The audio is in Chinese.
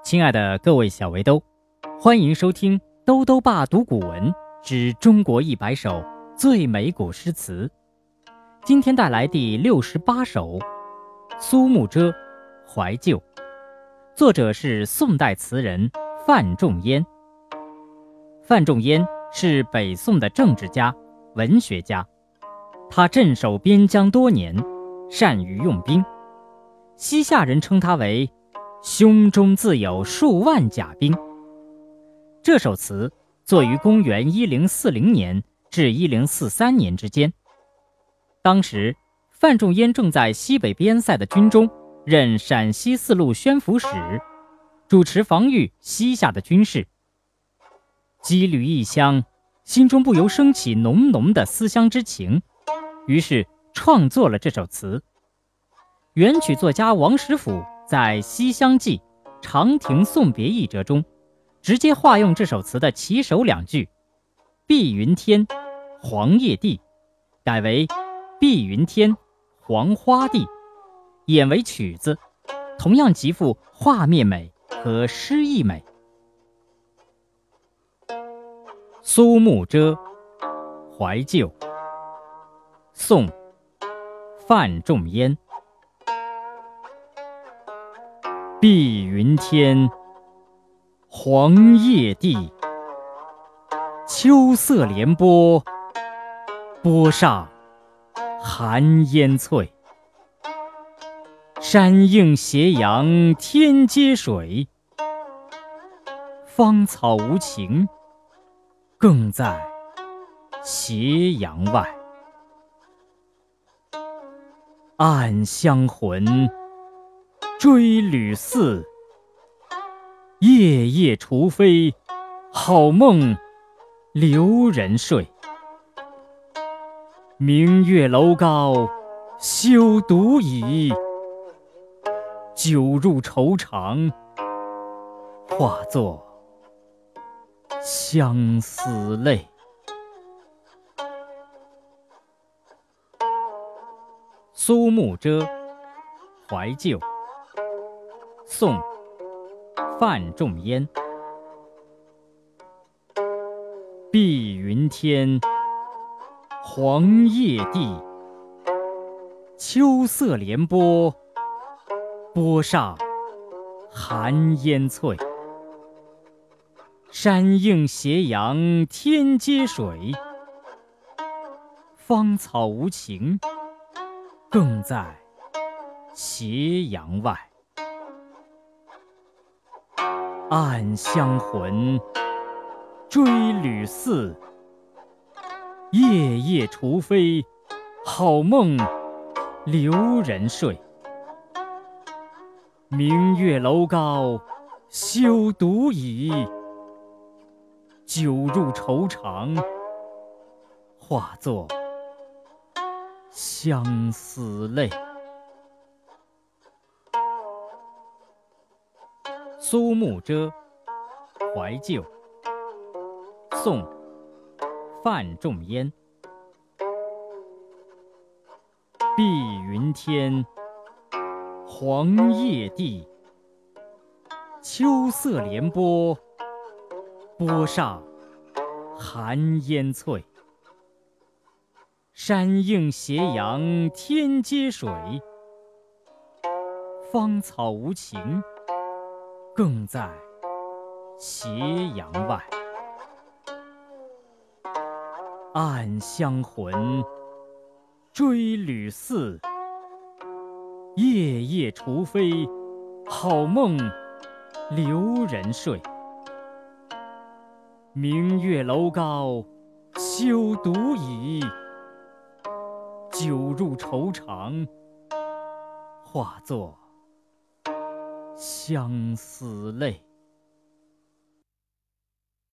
亲爱的各位小围兜，欢迎收听兜兜爸读古文之中国100首最美古诗词。今天带来第68首《苏幕遮·怀旧》，作者是宋代词人范仲淹。范仲淹是北宋的政治家、文学家，他镇守边疆多年，善于用兵，西夏人称他为胸中自有数万甲兵。这首词作于公元1040年至1043年之间。当时范仲淹正在西北边塞的军中任陕西四路宣抚使，主持防御西夏的军事。羁旅异乡，心中不由升起浓浓的思乡之情，于是创作了这首词。元曲作家王实甫在《西厢记·长亭送别》一折中，直接化用这首词的起首两句“碧云天，黄叶地”，改为“碧云天，黄花地”，演为曲子，同样极富画面美和诗意美。苏幕遮·怀旧，宋·范仲淹。碧云天，黄叶地，秋色连波，波上寒烟翠。山映斜阳天接水，芳草无情，更在斜阳外。暗香魂，追旅似，夜夜雏飞，好梦留人睡。明月楼高休独倚，酒入愁肠，化作相思泪。苏幕遮·怀旧，宋·范仲淹。碧云天，黄叶地，秋色连波，波上寒烟翠。山映斜阳天接水，芳草无情，更在斜阳外。暗香魂，追旅似，夜夜雏飞，好梦留人睡。明月楼高休独倚，酒入愁肠，化作相思泪。苏幕遮·怀旧，宋·范仲淹。碧云天，黄叶地，秋色连波，波上寒烟翠。山映斜阳天接水，芳草无情，更在斜阳外。暗香魂，追旅似，夜夜雏飞，好梦留人睡。明月楼高休独倚，酒入愁肠，化作相思泪。